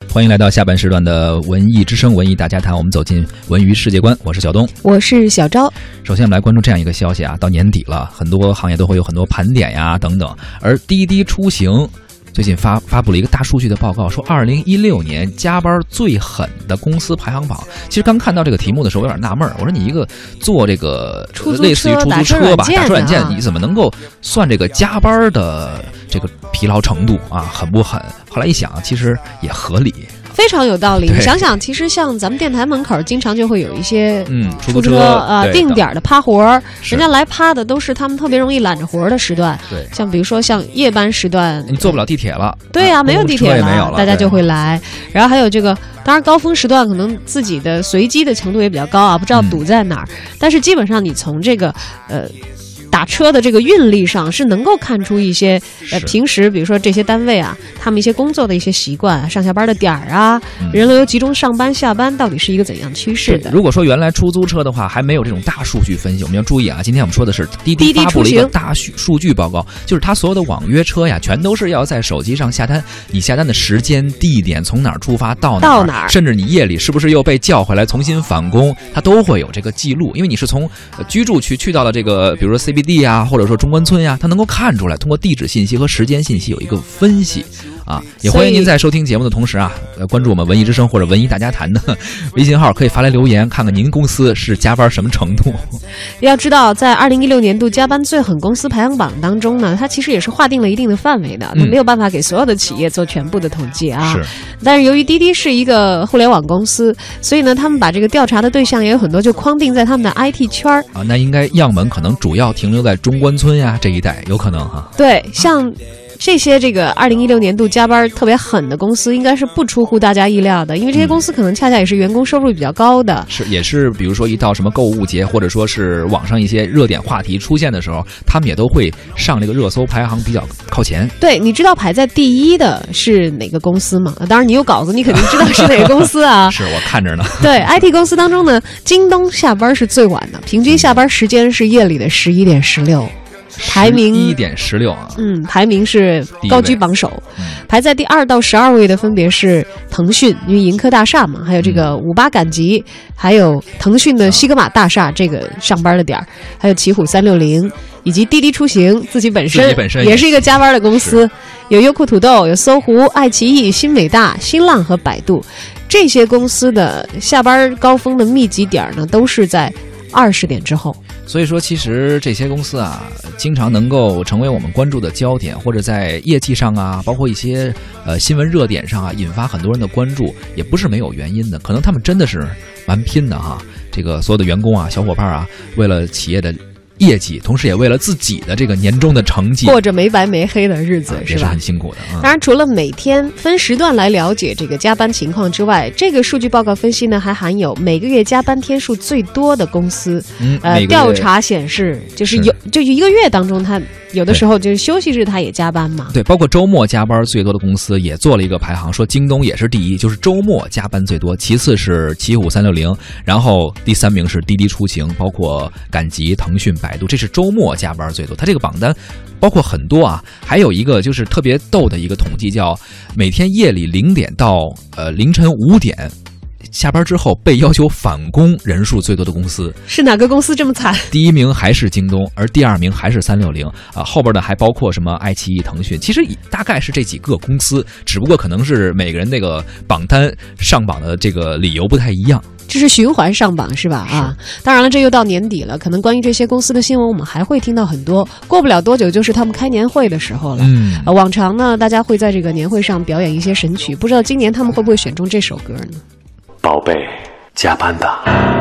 欢迎来到下半时段的文艺之声文艺大家谈，我们走进文娱世界观，我是小东， 我是小昭。 首先我们来关注这样一个消息啊，到年底了，很多行业都会有很多盘点呀等等，而滴滴出行最近发布了一个大数据的报告，说2016年加班最狠的公司排行榜。其实刚看到这个题目的时候，我有点纳闷，我说你一个做这个类似于出租车吧，打车软件，你怎么能够算这个加班的这个疲劳程度啊，狠不狠？后来一想，其实也合理。 非常有道理，你想想，其实像咱们电台门口经常就会有一些出租车定点的趴活儿，人家来趴的都是他们特别容易揽着活儿的时段。 对， 像比如说像夜班时段， 你坐不了地铁了， 对呀，没有地铁了， 大家就会来。然后还有这个，当然高峰时段可能自己的随机的程度也比较高啊，不知道堵在哪儿。但是基本上你从这个打车的这个运力上是能够看出一些平时比如说这些单位啊，他们一些工作的一些习惯啊，上下班的点儿啊，人流集中上班下班到底是一个怎样趋势的。 如果说原来出租车的话还没有这种大数据分析，我们要注意啊，今天我们说的是滴滴发布了一个大数据报告，就是它所有的网约车呀全都是要在手机上下单，你下单的时间地点从哪儿出发到哪儿，甚至你夜里是不是又被叫回来重新返工，它都会有这个记录。因为你是从居住区去到了这个比如说 CBD 啊，或者说中关村呀，它能够看出来，通过地址信息和时间信息有一个分析啊。也欢迎您在收听节目的同时啊，关注我们文艺之声或者文艺大家谈的微信号，可以发来留言，看看您公司是加班什么程度。 要知道，在2016年度加班最狠公司排行榜当中呢，它其实也是划定了一定的范围的，它没有办法给所有的企业做全部的统计啊。 是。 但是由于滴滴是一个互联网公司，所以呢，他们把这个调查的对象也有很多就框定在他们的 IT 圈啊，那应该样本可能主要停留在中关村呀这一带，有可能哈。 对，像这些这个2016年度加班特别狠的公司，应该是不出乎大家意料的，因为这些公司可能恰恰也是员工收入比较高的。 是，也是比如说一到什么购物节，或者说是网上一些热点话题出现的时候，他们也都会上这个热搜排行比较靠前。 对，你知道排在第一的是哪个公司吗？当然你有稿子，你肯定知道是哪个公司啊。 是，我看着呢。 对 IT 公司当中呢，京东下班是最晚的，平均下班时间是夜里的11点16。排名 11点16啊， 排名是高居榜首，排在第2到12位的分别是腾讯，因为盈科大厦嘛，还有这个58赶集，还有腾讯的西格玛大厦这个上班的点儿，还有奇虎360，以及滴滴出行自己本身也是一个加班的公司，有优酷土豆，有搜狐、爱奇艺、新美大、新浪和百度，这些公司的下班高峰的密集点呢，都是在20点之后。 所以说其实这些公司啊经常能够成为我们关注的焦点，或者在业绩上啊，包括一些新闻热点上啊，引发很多人的关注，也不是没有原因的，可能他们真的是蛮拼的哈。这个所有的员工啊，小伙伴啊，为了企业的业绩，同时也为了自己的这个年终的成绩， 过着没白没黑的日子，是吧？ 也是很辛苦的。 当然，除了每天分时段来了解这个加班情况之外，这个数据报告分析呢，还含有每个月加班天数最多的公司。调查显示，就是一个月当中，它有的时候就是休息日它也加班嘛。 对，包括周末加班最多的公司也做了一个排行，说京东也是第一，就是周末加班最多，其次是奇虎360，然后第3名是滴滴出行，包括赶集、腾讯、百度，这是周末加班最多。它这个榜单包括很多啊，还有一个就是特别逗的一个统计，叫每天夜里0点到凌晨5点下班之后被要求返工人数最多的公司是哪个公司这么惨？ 第1名还是京东，而第2名还是360啊，后边呢还包括什么爱奇艺、腾讯，其实大概是这几个公司，只不过可能是每个人那个榜单上榜的这个理由不太一样。 这是循环上榜是吧？啊，当然了，这又到年底了，可能关于这些公司的新闻我们还会听到很多。过不了多久就是他们开年会的时候了。往常呢，大家会在这个年会上表演一些神曲，不知道今年他们会不会选中这首歌呢？ 宝贝，加班吧。